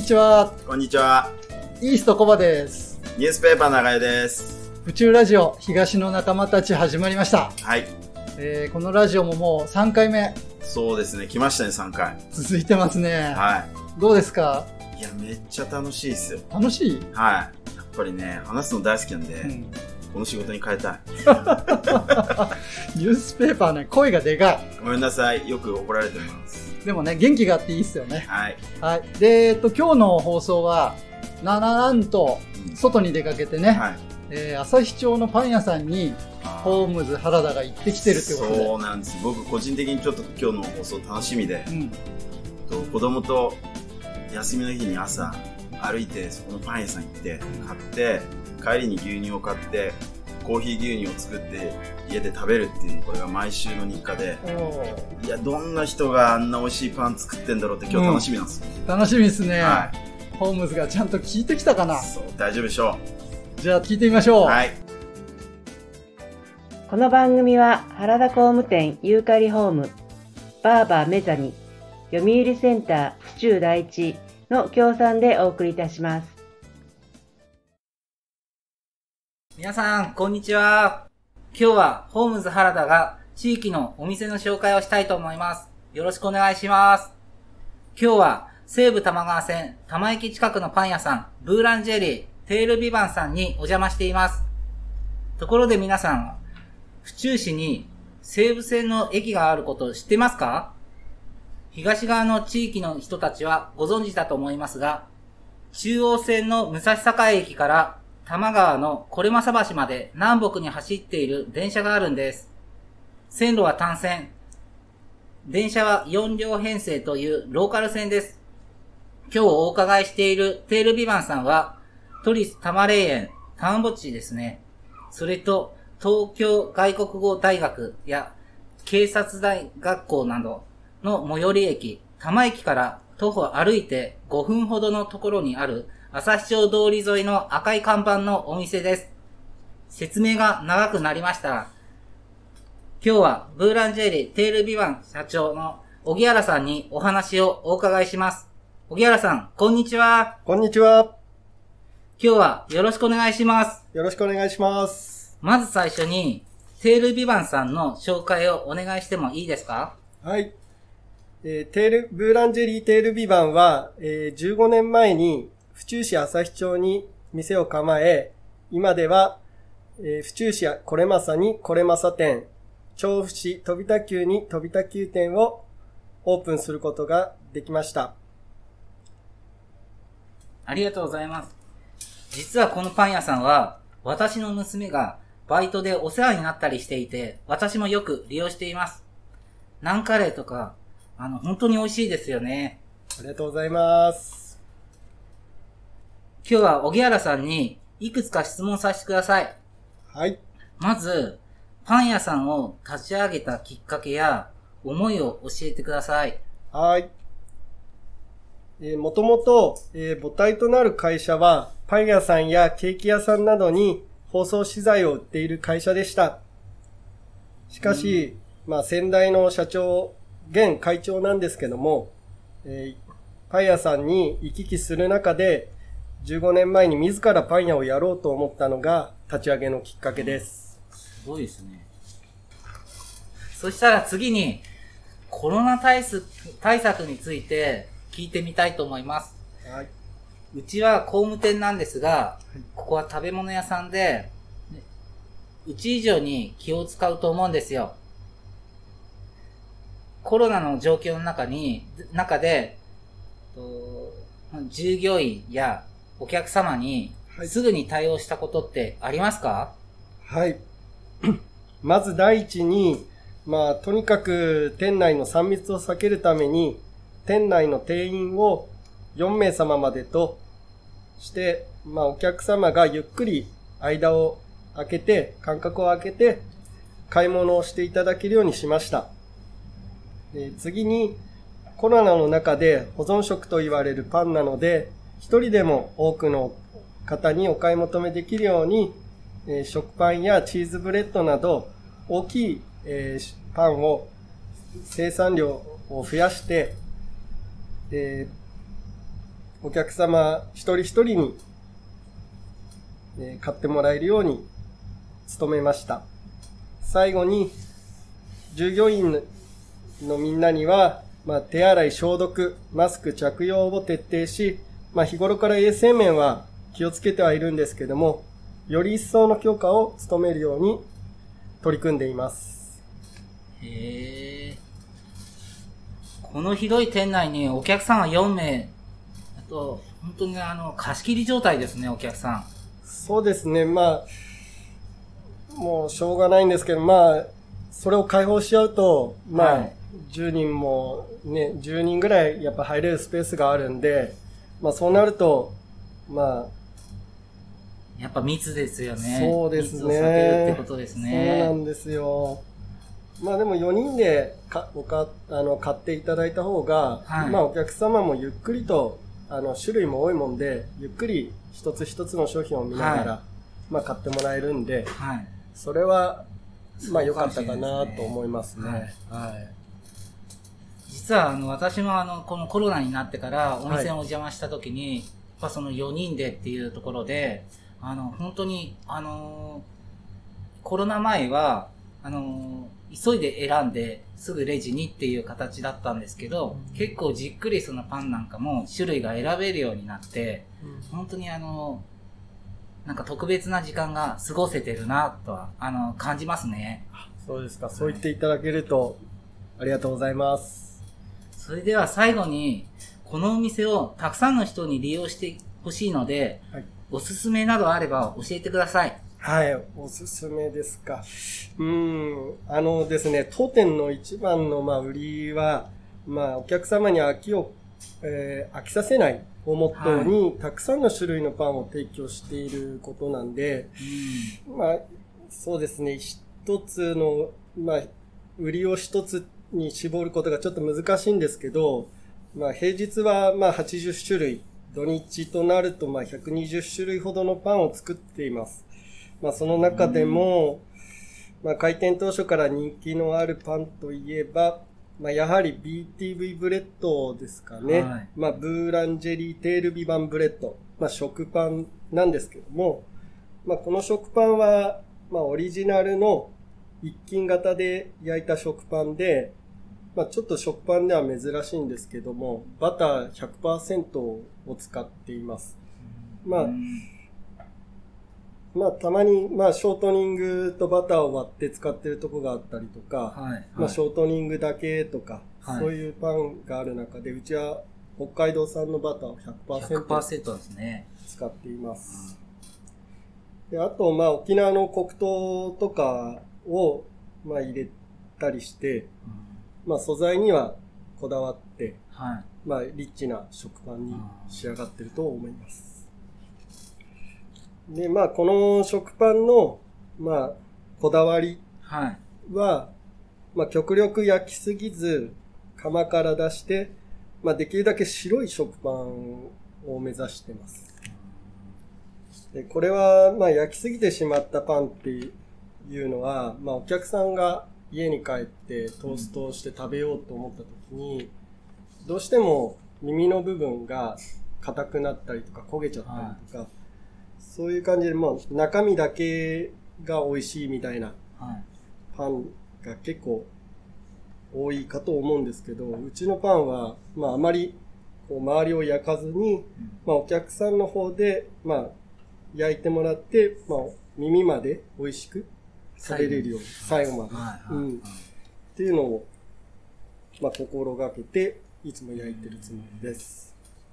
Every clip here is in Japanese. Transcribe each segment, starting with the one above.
ちは。 こんにちは。 イーストコバです。 ニュースペーパー長江です。 宇宙ラジオ東の仲間たち始まりました。 はい。 このラジオももう3回目。 そうですね。来ましたね、3回。 続いてますね。 はどうですか？ い。いや、めっちゃ楽しいですよ。 楽しい？ はい。やっぱりね、話すの大好きなんで、この仕事に変えたい。 ニュースペーパーね、声がでかい。 ごめんなさい。よく怒られてます。 でもね、元気があっていいっすよね。 はい。 はい。で、今日の放送は、なんと、外に出かけてね、 はい。 旭町のパン屋さんに、ホームズ原田が行ってきてるってことで。 そうなんです。僕、個人的にちょっと今日の放送楽しみで、子供と休みの日に朝歩いて、そこのパン屋さん行って、買って、帰りに牛乳を買って、コーヒー牛乳を作って家で食べるっていう、これが毎週の日課で、いや、どんな人があんな美味しいパン作ってんだろうって今日楽しみなんですよ。 楽しみですね。 はい。 ホームズがちゃんと聞いてきたかな？ そう、大丈夫でしょう。じゃあ聞いてみましょう。 はい。 この番組は原田工務店ユーカリホーム、バーバーメザニ、読売センター府中第一の協賛でお送りいたします。 皆さん、こんにちは。今日はホームズ原田が地域のお店の紹介をしたいと思います。よろしくお願いします。今日は西武多摩川線多摩駅近くのパン屋さん、ブーランジェリーテールビバンさんにお邪魔しています。ところで皆さんは、府中市に西武線の駅があることを知っていますか？東側の地域の人たちはご存知だと思いますが、中央線の武蔵境駅から多摩川のこれまさ橋まで南北に走っている電車があるんです。線路は単線。電車は4両編成というローカル線です。今日お伺いしているテールビバンさんは、都立多摩霊園田んぼ地ですね。それと東京外国語大学や警察大学校などの最寄り駅、多摩駅から徒歩歩いて5分ほどのところにある旭町通り沿いの赤い看板のお店です。説明が長くなりましたが、今日はブーランジェリーテールビバン社長の荻原さんにお話をお伺いします。荻原さん、こんにちは。 こんにちは。 今日はよろしくお願いします。 よろしくお願いします。 まず最初に、テールビバンさんの紹介をお願いしてもいいですか？ はい。ブーランジェリーテールビバンは、15年前に府中市旭町に店を構え、今では、府中市これまさにこれまさ店、調布市飛田急に飛田急店をオープンすることができました。 ありがとうございます。実はこのパン屋さんは、私の娘がバイトでお世話になったりしていて、私もよく利用しています。ナンカレーとか、本当に美味しいですよね。 ありがとうございます。 今日は荻原さんにいくつか質問させてください。 はい。 まず、パン屋さんを立ち上げたきっかけや思いを教えてください。 はい。もともと、母体となる会社は、パン屋さんやケーキ屋さんなどに包装資材を売っている会社でした。しかし、先代の社長、現会長なんですけども、パン屋さんに行き来する中で、15年前に自らパン屋をやろうと思ったのが立ち上げのきっかけです。 すごいですね。そしたら次に、コロナ対策について聞いてみたいと思います。 はい。 うちは工務店なんですが、ここは食べ物屋さんで、うち以上に気を使うと思うんですよ。コロナの状況の中で、従業員やお客様にすぐに対応したことってありますか？ はい。まず第一に、とにかく店内の3密を避けるために、店内の定員を4名様までとして、お客様がゆっくり間を空けて、間隔を空けて、買い物をしていただけるようにしました。次に、コロナの中で保存食と言われるパンなので、一人でも多くの方にお買い求めできるように、食パンやチーズブレッドなど大きい、パンを生産量を増やして、 お客様一人一人に、買ってもらえるように努めました。最後に、従業員のみんなには、手洗い消毒、マスク着用を徹底し、日頃から衛生面は気をつけてはいるんですけども、より一層の強化を努めるように取り組んでいます。 へー。この広い店内にお客さんは4名、あと、本当に貸し切り状態ですね、お客さん。 そうですね、もうしょうがないんですけど、それを開放しちゃうと、10人もね、10人ぐらいやっぱ入れるスペースがあるんで、そうなると、 やっぱ密ですよね。 そうですね。 密を避けるってことですね。 そうなんですよ。でも4人で買っていただいた方が、お客様もゆっくりと、種類も多いもんで、ゆっくり一つ一つの商品を見ながら、買ってもらえるんで、それは、良かったかなと思いますね。 実は私もこのコロナになってからお店にお邪魔した時に、やっぱその4人でっていうところで、本当に、コロナ前は、急いで選んですぐレジにっていう形だったんですけど、結構じっくりそのパンなんかも種類が選べるようになって、本当になんか特別な時間が過ごせてるなとは、感じますね。 そうですか。そう言っていただけると、ありがとうございます。 それでは最後に、このお店をたくさんの人に利用してほしいので、おすすめなどあれば教えてください。 はい、おすすめですか。ですね、当店の一番の売りは、お客様に飽きさせないをモットーに、たくさんの種類のパンを提供していることなんで、そうですね、一つの、売りを一つに絞ることがちょっと難しいんですけど、平日は80種類、土日となると120種類ほどのパンを作っています。その中でも、開店当初から人気のあるパンといえば、やはり BTV ブレッドですかね。ブーランジェリーテールビバンブレッド。食パンなんですけども、この食パンは、オリジナルの一斤型で焼いた食パンで、ちょっと食パンでは珍しいんですけども、バター 100% を使っています。たまに、ショートニングとバターを割って使ってるとこがあったりとか、ショートニングだけとか、そういうパンがある中で、うちは北海道産のバターを 100% ですね。 使っています。で、あと、沖縄の黒糖とかを、入れたりして、素材にはこだわって、リッチな食パンに仕上がってると思います。で、この食パンの、こだわりは、極力焼きすぎず、窯から出して、できるだけ白い食パンを目指しています。で、これは、焼きすぎてしまったパンっていうのは、お客さんが家に帰ってトーストをして食べようと思った時に、どうしても耳の部分が硬くなったりとか焦げちゃったりとか、そういう感じで、中身だけが美味しいみたいなパンが結構多いかと思うんですけど、うちのパンは、あまり周りを焼かずに、お客さんの方で、焼いてもらって、耳まで美味しく食べれるように、最後まで。っていうのを、心がけて、いつも焼いてるつもりです。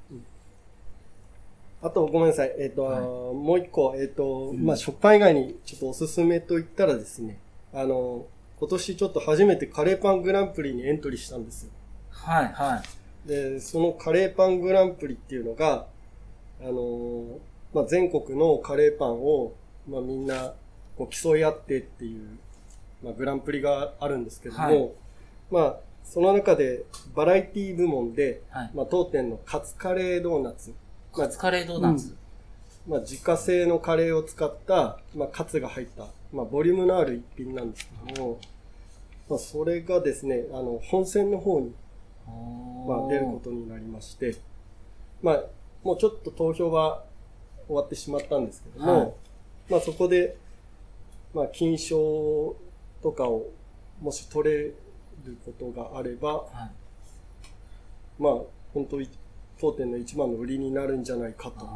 あと、ごめんなさい。もう一個、食パン以外にちょっとおすすめと言ったらですね、今年ちょっと初めてカレーパングランプリにエントリーしたんですよ。で、そのカレーパングランプリっていうのが、全国のカレーパンを、みんな競い合ってっていう、グランプリがあるんですけども、その中でバラエティ部門で、当店のカツカレードーナツ。 カツカレードーナツ。 自家製のカレーを使った、カツが入った、ボリュームのある一品なんですけども、それがですね、本戦の方に、出ることになりまして、 もうちょっと投票は終わってしまったんですけども、まあそこで、まあ金賞とかをもし取れることがあれば、まあ本当に当店の一番の売りになるんじゃないかと。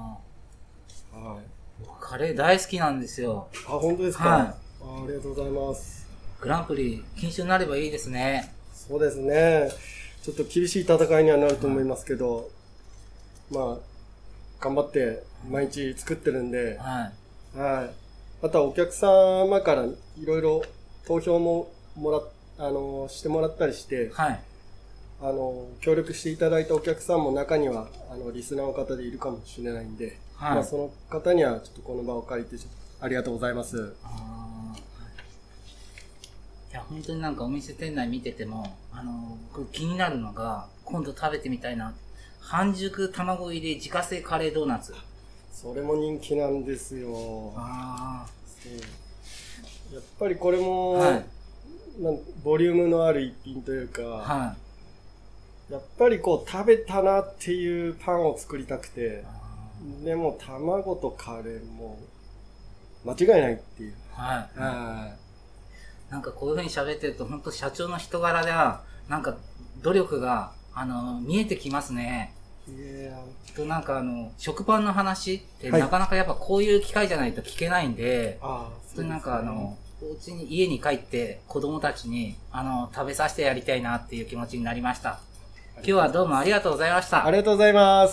カレー大好きなんですよ。 本当ですか。ありがとうございます。 グランプリ金賞になればいいですね。 そうですね。ちょっと厳しい戦いにはなると思いますけど、まあ頑張って毎日作ってるんで、あとはお客様からいろいろ投票もしてもらったりして、協力していただいたお客さんも中にはリスナーの方でいるかもしれないんで、まあその方にはちょっとこの場を借りてありがとうございます。 いや本当になんかお店店内見てても僕気になるのが今度食べてみたいな、半熟卵入り自家製カレードーナツ。 それも人気なんですよ。やっぱりこれも、ボリュームのある一品というか、やっぱりこう食べたなっていうパンを作りたくて、でも卵とカレーも間違いないっていう。 なんかこういう風に喋ってると本当社長の人柄ではなんか努力が見えてきますね。なんか食パンの話ってなかなかやっぱこういう機会じゃないと聞けないんで、なんかお家に家に帰って子供たちに食べさせてやりたいなっていう気持ちになりました。今日はどうもありがとうございました。 ありがとうございます。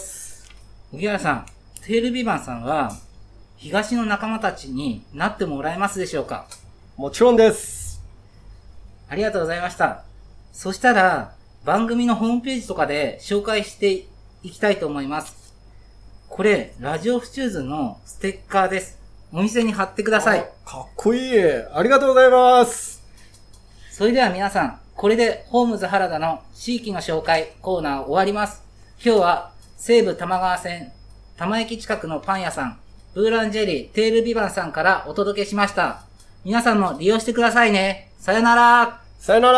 荻原さん、テールビバンさんは東の仲間たちになってもらえますでしょうか？ もちろんです。 ありがとうございました。そしたら番組のホームページとかで紹介していきたいと思います。これラジオフチューズのステッカーです。お店に貼ってください。 かっこいい。ありがとうございます。 それでは皆さん、これでホームズ原田の地域の紹介コーナー終わります。今日は西武多摩川線多摩駅近くのパン屋さんブーランジェリーテールビバンさんからお届けしました。皆さんも利用してくださいね。さよなら。 さよなら。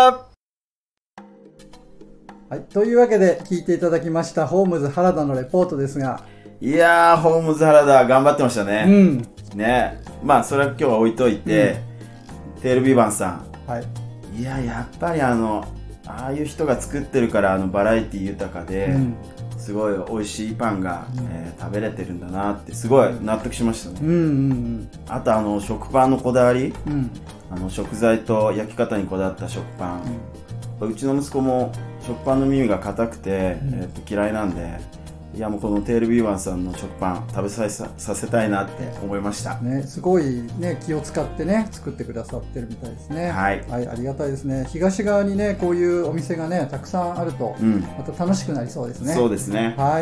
はい、というわけで聞いていただきましたホームズ原田のレポートですが、 いやー、ホームズ原田頑張ってましたね。ね。まあそれは今日は置いといて、テールビバンさん。いや、やっぱりああいう人が作ってるからバラエティ豊かで、すごい美味しいパンが、食べれてるんだなってすごい納得しましたね。あと食パンのこだわり、食材と焼き方にこだわった食パン、うちの息子も食パンの耳が硬くて、嫌いなんで、いやもうこのテールビーバンさんの食パン食べさせたいなって思いましたね。すごいね気を使ってね作ってくださってるみたいですね。はい、ありがたいですね。東側にねこういうお店がねたくさんあると、また楽しくなりそうですね。 そうですね。 はい、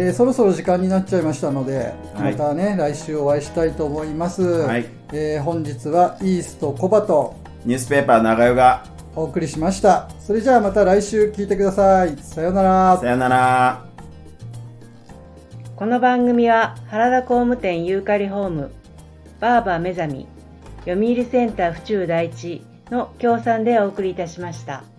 そろそろ時間になっちゃいましたので、またね来週お会いしたいと思います。本日はイーストコバとニュースペーパー長代がお送りしました。それじゃあまた来週聞いてください。さようなら。 さようなら。 この番組は原田工務店ユーカリホーム、バーバ目覚み、読売センター府中第一の協賛でお送りいたしました。